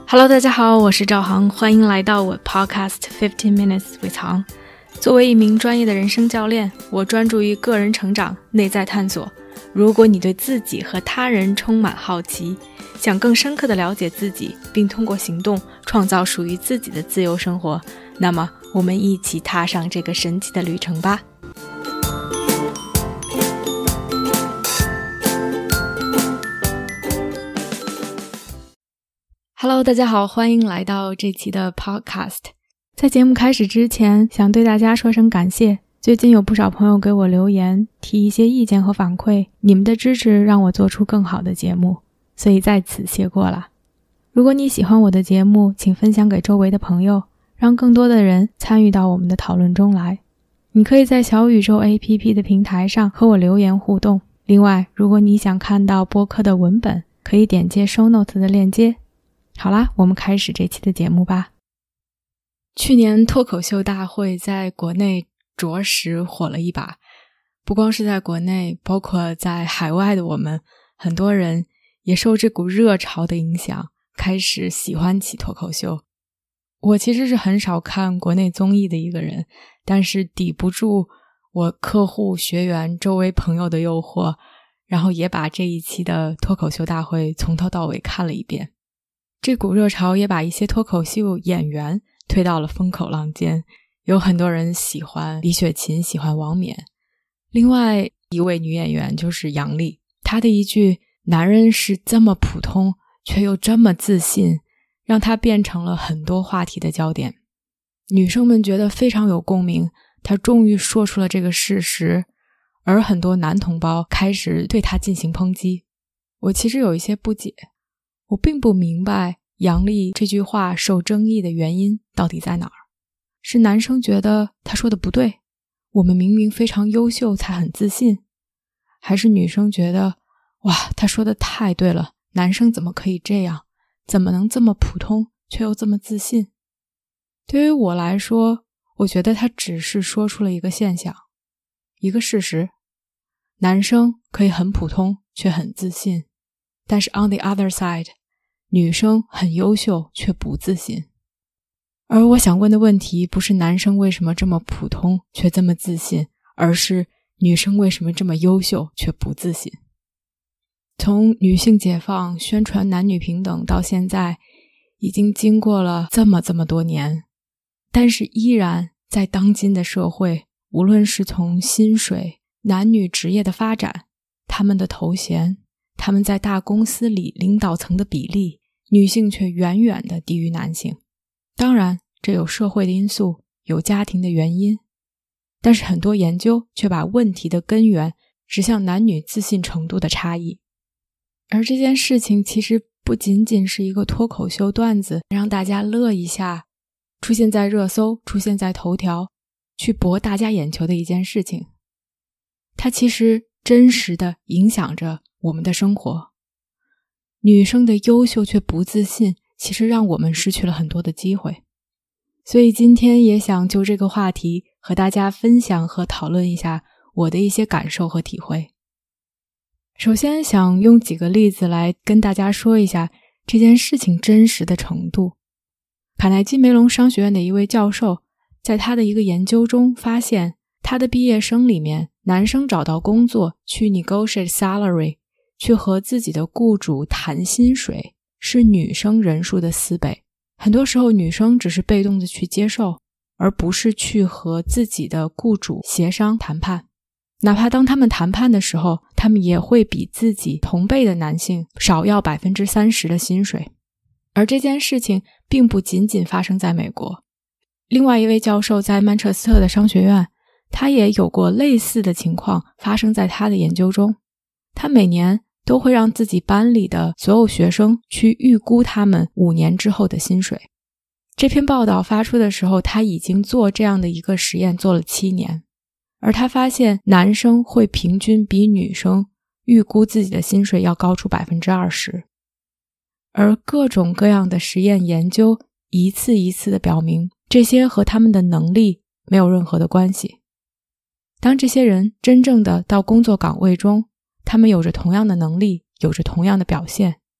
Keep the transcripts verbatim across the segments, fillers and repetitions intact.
Hello， 大家好，我是赵航，欢迎来到我 Podcast fifteen minutes with 航。作为一名专业的人生教练，我专注于个人成长、内在探索。如果你对自己和他人充满好奇，想更深刻地了解自己，并通过行动创造属于自己的自由生活，那么我们一起踏上这个神奇的旅程吧。Hello， 大家好，欢迎来到这期的 Podcast。 在节目开始之前，想对大家说声感谢。最近有不少朋友给我留言，提一些意见和反馈，你们的支持让我做出更好的节目，所以在此谢过了。如果你喜欢我的节目，请分享给周围的朋友，让更多的人参与到我们的讨论中来。你可以在小宇宙 A P P 的平台上和我留言互动。另外，如果你想看到播客的文本，可以点击 show note 的链接。好啦，我们开始这期的节目吧。去年脱口秀大会在国内着实火了一把，不光是在国内，包括在海外的我们，很多人也受这股热潮的影响，开始喜欢起脱口秀。我其实是很少看国内综艺的一个人，但是抵不住我客户、学员、周围朋友的诱惑，然后也把这一期的脱口秀大会从头到尾看了一遍。这股热潮也把一些脱口秀演员推到了风口浪尖，有很多人喜欢李雪琴，喜欢王冕。另外一位女演员就是杨笠，她的一句男人是这么普通却又这么自信，让她变成了很多话题的焦点。女生们觉得非常有共鸣，她终于说出了这个事实，而很多男同胞开始对她进行抨击。我其实有一些不解，我并不明白杨笠这句话受争议的原因到底在哪儿？是男生觉得他说的不对，我们明明非常优秀才很自信？还是女生觉得哇，他说的太对了，男生怎么可以这样，怎么能这么普通却又这么自信？对于我来说，我觉得他只是说出了一个现象，一个事实，男生可以很普通却很自信，但是 on the other side， 女生很优秀却不自信。而我想问的问题不是男生为什么这么普通却这么自信，而是女生为什么这么优秀却不自信。从女性解放、宣传男女平等到现在，已经经过了这么这么多年，但是依然在当今的社会，无论是从薪水、男女职业的发展、他们的头衔，他们在大公司里领导层的比例，女性却远远的低于男性。当然，这有社会的因素，有家庭的原因，但是很多研究却把问题的根源指向男女自信程度的差异。而这件事情其实不仅仅是一个脱口秀段子，让大家乐一下，出现在热搜，出现在头条，去博大家眼球的一件事情。它其实真实的影响着我们的生活。女生的优秀却不自信，其实让我们失去了很多的机会。所以今天也想就这个话题和大家分享和讨论一下我的一些感受和体会。首先想用几个例子来跟大家说一下这件事情真实的程度。卡耐基梅隆商学院的一位教授在他的一个研究中发现，他的毕业生里面，男生找到工作去 negotiate salary， 去和自己的雇主谈薪水，是女生人数的四倍。很多时候女生只是被动的去接受，而不是去和自己的雇主协商谈判。哪怕当他们谈判的时候，他们也会比自己同辈的男性少要 百分之三十 的薪水。而这件事情并不仅仅发生在美国。另外一位教授在曼彻斯特的商学院，他也有过类似的情况发生在他的研究中。他每年都会让自己班里的所有学生去预估他们五年之后的薪水。这篇报道发出的时候，他已经做这样的一个实验做了七年，而他发现男生会平均比女生预估自己的薪水要高出 百分之二十。 而各种各样的实验研究一次一次地表明，这些和他们的能力没有任何的关系。当这些人真正的到工作岗位中，他们有着同样的能力，有着同样的表现，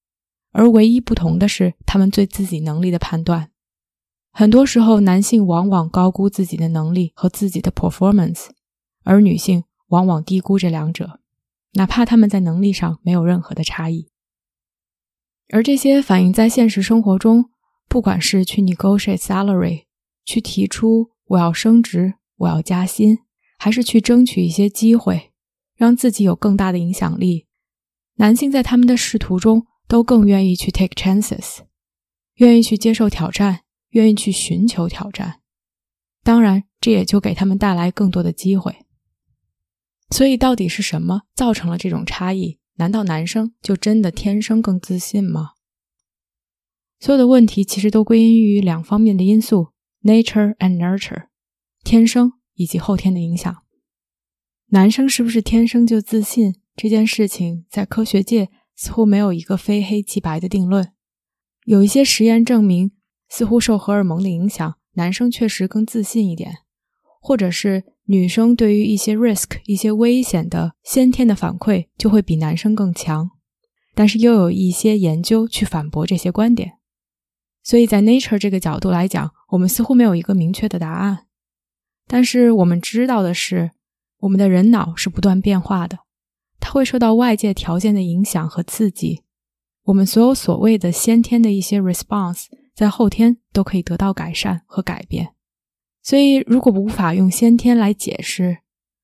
而唯一不同的是他们对自己能力的判断。很多时候男性往往高估自己的能力和自己的 performance， 而女性往往低估这两者，哪怕他们在能力上没有任何的差异。而这些反映在现实生活中，不管是去 negotiate salary， 去提出我要升职，我要加薪，还是去争取一些机会，让自己有更大的影响力，男性在他们的仕途中都更愿意去 take chances， 愿意去接受挑战，愿意去寻求挑战。当然，这也就给他们带来更多的机会。所以到底是什么造成了这种差异？难道男生就真的天生更自信吗？所有的问题其实都归因于两方面的因素， nature and nurture， 天生以及后天的影响。男生是不是天生就自信，这件事情在科学界似乎没有一个非黑即白的定论。有一些实验证明，似乎受荷尔蒙的影响，男生确实更自信一点，或者是女生对于一些 risk 一些危险的先天的反馈就会比男生更强，但是又有一些研究去反驳这些观点。所以在 nature 这个角度来讲，我们似乎没有一个明确的答案。但是我们知道的是，我们的人脑是不断变化的，它会受到外界条件的影响和刺激，我们所有所谓的先天的一些 response 在后天都可以得到改善和改变。所以如果无法用先天来解释，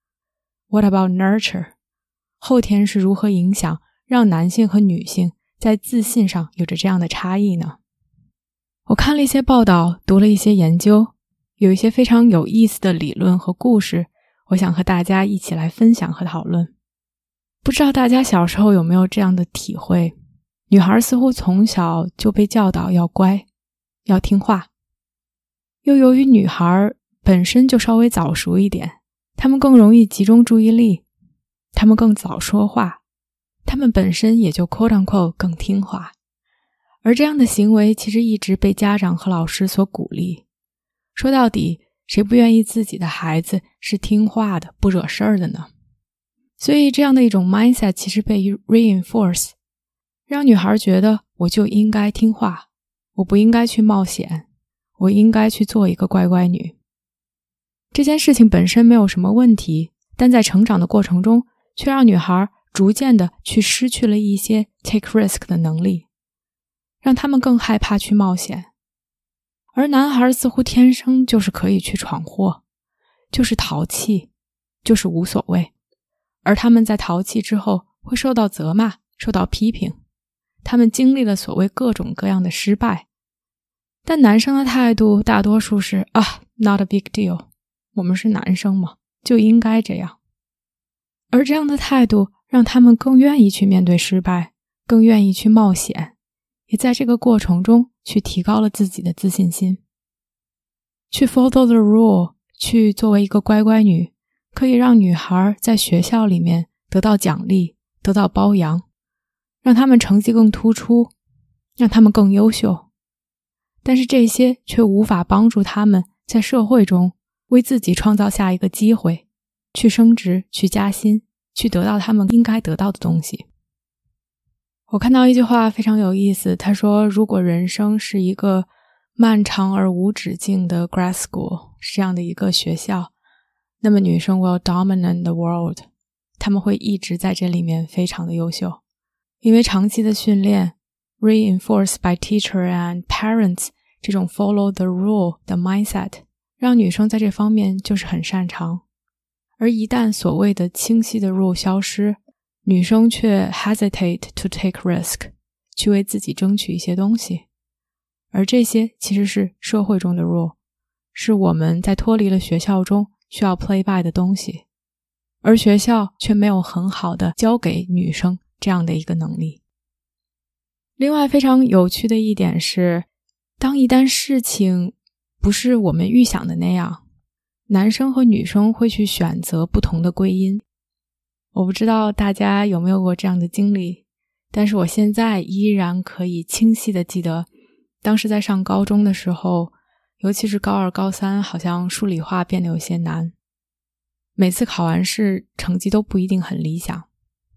What about nurture？ 后天是如何影响让男性和女性在自信上有着这样的差异呢？我看了一些报道，读了一些研究，有一些非常有意思的理论和故事，我想和大家一起来分享和讨论。不知道大家小时候有没有这样的体会，女孩似乎从小就被教导要乖，要听话。又由于女孩本身就稍微早熟一点，她们更容易集中注意力，她们更早说话，她们本身也就 quote unquote 更听话。而这样的行为其实一直被家长和老师所鼓励。说到底，谁不愿意自己的孩子是听话的，不惹事儿的呢？所以这样的一种 mindset 其实被 reinforce， 让女孩觉得我就应该听话，我不应该去冒险，我应该去做一个乖乖女。这件事情本身没有什么问题，但在成长的过程中，却让女孩逐渐的去失去了一些 take risk 的能力，让他们更害怕去冒险。而男孩似乎天生就是可以去闯祸，就是淘气，就是无所谓。而他们在淘气之后会受到责骂，受到批评，他们经历了所谓各种各样的失败。但男生的态度大多数是啊 not a big deal， 我们是男生嘛，就应该这样。而这样的态度让他们更愿意去面对失败，更愿意去冒险，也在这个过程中去提高了自己的自信心。去 follow the rule， 去作为一个乖乖女，可以让女孩在学校里面得到奖励，得到褒扬，让她们成绩更突出，让她们更优秀。但是这些却无法帮助她们在社会中为自己创造下一个机会，去升职，去加薪，去得到她们应该得到的东西。我看到一句话非常有意思，他说如果人生是一个漫长而无止境的 grad school， 是这样的一个学校，那么女生 will dominate the world， 她们会一直在这里面非常的优秀。因为长期的训练 reinforced by teacher and parents 这种 follow the rule 的 mindset， 让女生在这方面就是很擅长。而一旦所谓的清晰的 rule 消失，女生却 hesitate to take risk， 去为自己争取一些东西。而这些其实是社会中的 rule， 是我们在脱离了学校中需要 play by 的东西，而学校却没有很好的教给女生这样的一个能力。另外非常有趣的一点是，当一旦事情不是我们预想的那样，男生和女生会去选择不同的归因。我不知道大家有没有过这样的经历，但是我现在依然可以清晰地记得，当时在上高中的时候，尤其是高二高三，好像数理化变得有些难，每次考完试成绩都不一定很理想。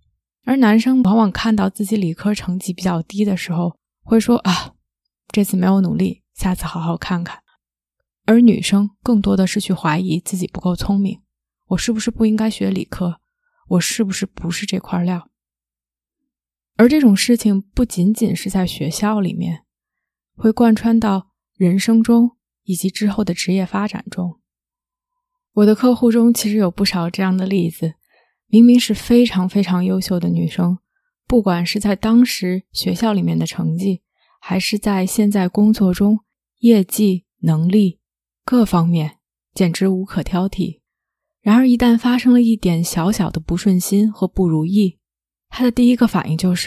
而男生往往看到自己理科成绩比较低的时候，会说啊，这次没有努力，下次好好看看。而女生更多的是去怀疑自己不够聪明，我是不是不应该学理科？我是不是不是这块料？而这种事情不仅仅是在学校里面，会贯穿到人生中以及之后的职业发展中。我的客户中其实有不少这样的例子，明明是非常非常优秀的女生，不管是在当时学校里面的成绩，还是在现在工作中业绩、能力各方面简直无可挑剔。然而一旦发生了一点小小的不顺心和不如意，他的第一个反应就是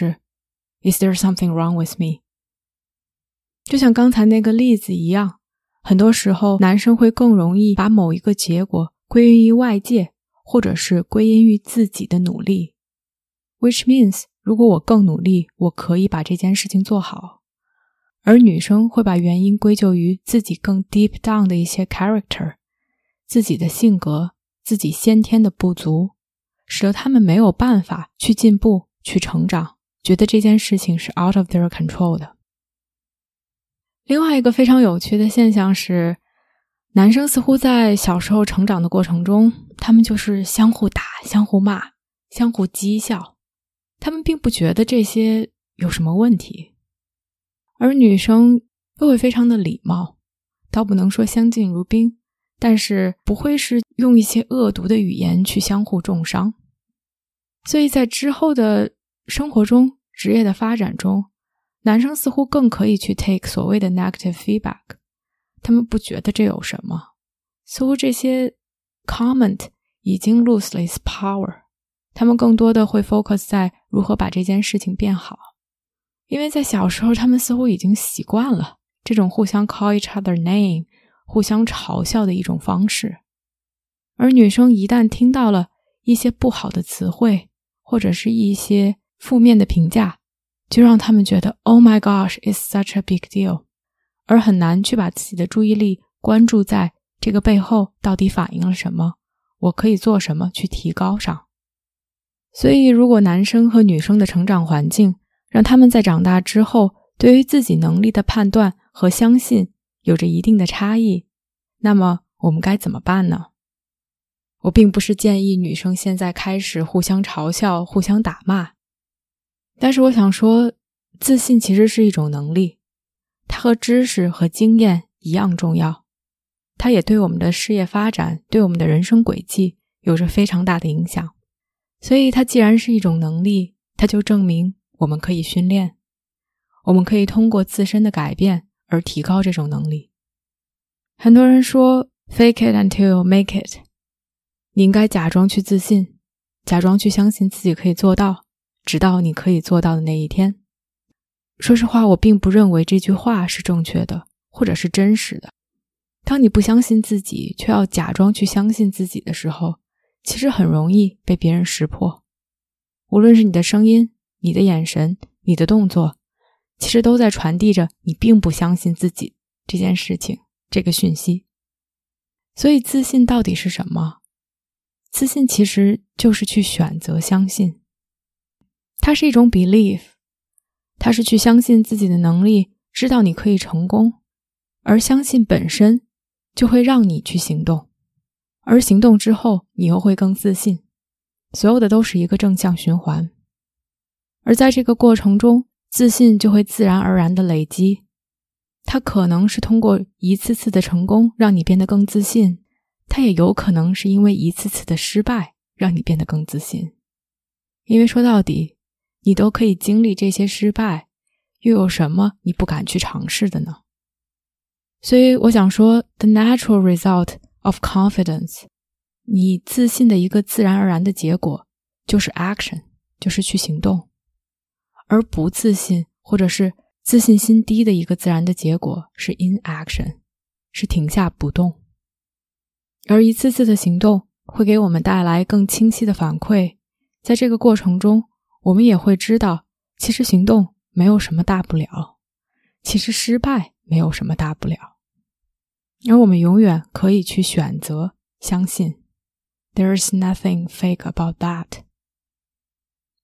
Is there something wrong with me？ 就像刚才那个例子一样，很多时候男生会更容易把某一个结果归因于外界，或者是归因于自己的努力， which means 如果我更努力，我可以把这件事情做好。而女生会把原因归咎于自己更 deep down 的一些 character， 自己的性格，自己先天的不足，使得他们没有办法去进步，去成长，觉得这件事情是 out of their control 的。另外一个非常有趣的现象是，男生似乎在小时候成长的过程中，他们就是相互打、相互骂、相互讥笑，他们并不觉得这些有什么问题。而女生又会非常的礼貌，倒不能说相敬如宾，但是不会是用一些恶毒的语言去相互重伤。所以在之后的生活中、职业的发展中，男生似乎更可以去 take 所谓的 negative feedback， 他们不觉得这有什么，似乎这些 comment 已经 lose its power， 他们更多的会 focus 在如何把这件事情变好。因为在小时候他们似乎已经习惯了这种互相 call each other name， 互相嘲笑的一种方式。而女生一旦听到了一些不好的词汇，或者是一些负面的评价，就让他们觉得 Oh my gosh, it's such a big deal， 而很难去把自己的注意力关注在这个背后到底反映了什么，我可以做什么去提高上。所以如果男生和女生的成长环境让他们在长大之后对于自己能力的判断和相信有着一定的差异，那么我们该怎么办呢？我并不是建议女生现在开始互相嘲笑、互相打骂，但是我想说，自信其实是一种能力，它和知识和经验一样重要，它也对我们的事业发展、对我们的人生轨迹有着非常大的影响。所以它既然是一种能力，它就证明我们可以训练，我们可以通过自身的改变而提高这种能力。很多人说 fake it until you make it， 你应该假装去自信，假装去相信自己可以做到，直到你可以做到的那一天。说实话，我并不认为这句话是正确的，或者是真实的。当你不相信自己，却要假装去相信自己的时候，其实很容易被别人识破。无论是你的声音、你的眼神、你的动作，其实都在传递着你并不相信自己这件事情，这个讯息。所以自信到底是什么？自信其实就是去选择相信。它是一种 belief， 它是去相信自己的能力，知道你可以成功，而相信本身就会让你去行动，而行动之后你又会更自信，所有的都是一个正向循环。而在这个过程中，自信就会自然而然的累积，它可能是通过一次次的成功让你变得更自信，它也有可能是因为一次次的失败让你变得更自信。因为说到底，你都可以经历这些失败，又有什么你不敢去尝试的呢？所以我想说 the natural result of confidence， 你自信的一个自然而然的结果就是 action， 就是去行动。而不自信或者是自信心低的一个自然的结果是 inaction， 是停下不动。而一次次的行动会给我们带来更清晰的反馈，在这个过程中我们也会知道，其实行动没有什么大不了，其实失败没有什么大不了，而我们永远可以去选择相信 There is nothing fake about that。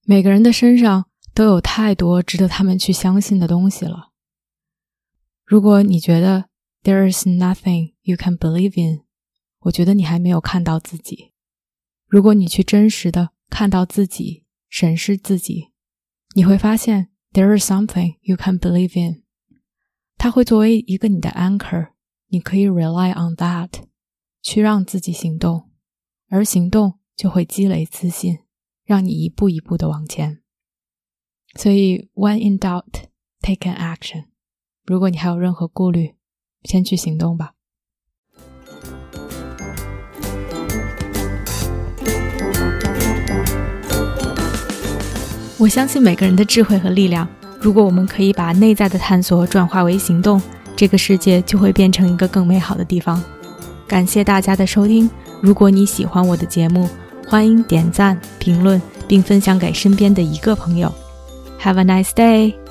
每个人的身上都有太多值得他们去相信的东西了。如果你觉得 there is nothing you can believe in， 我觉得你还没有看到自己。如果你去真实的看到自己，审视自己，你会发现 there is something you can believe in， 它会作为一个你的 anchor， 你可以 rely on that， 去让自己行动，而行动就会积累自信，让你一步一步的往前。所以 when in doubt, take an action。 如果你还有任何顾虑，先去行动吧。我相信每个人的智慧和力量，如果我们可以把内在的探索转化为行动，这个世界就会变成一个更美好的地方。感谢大家的收听，如果你喜欢我的节目，欢迎点赞、评论并分享给身边的一个朋友。Have a nice day!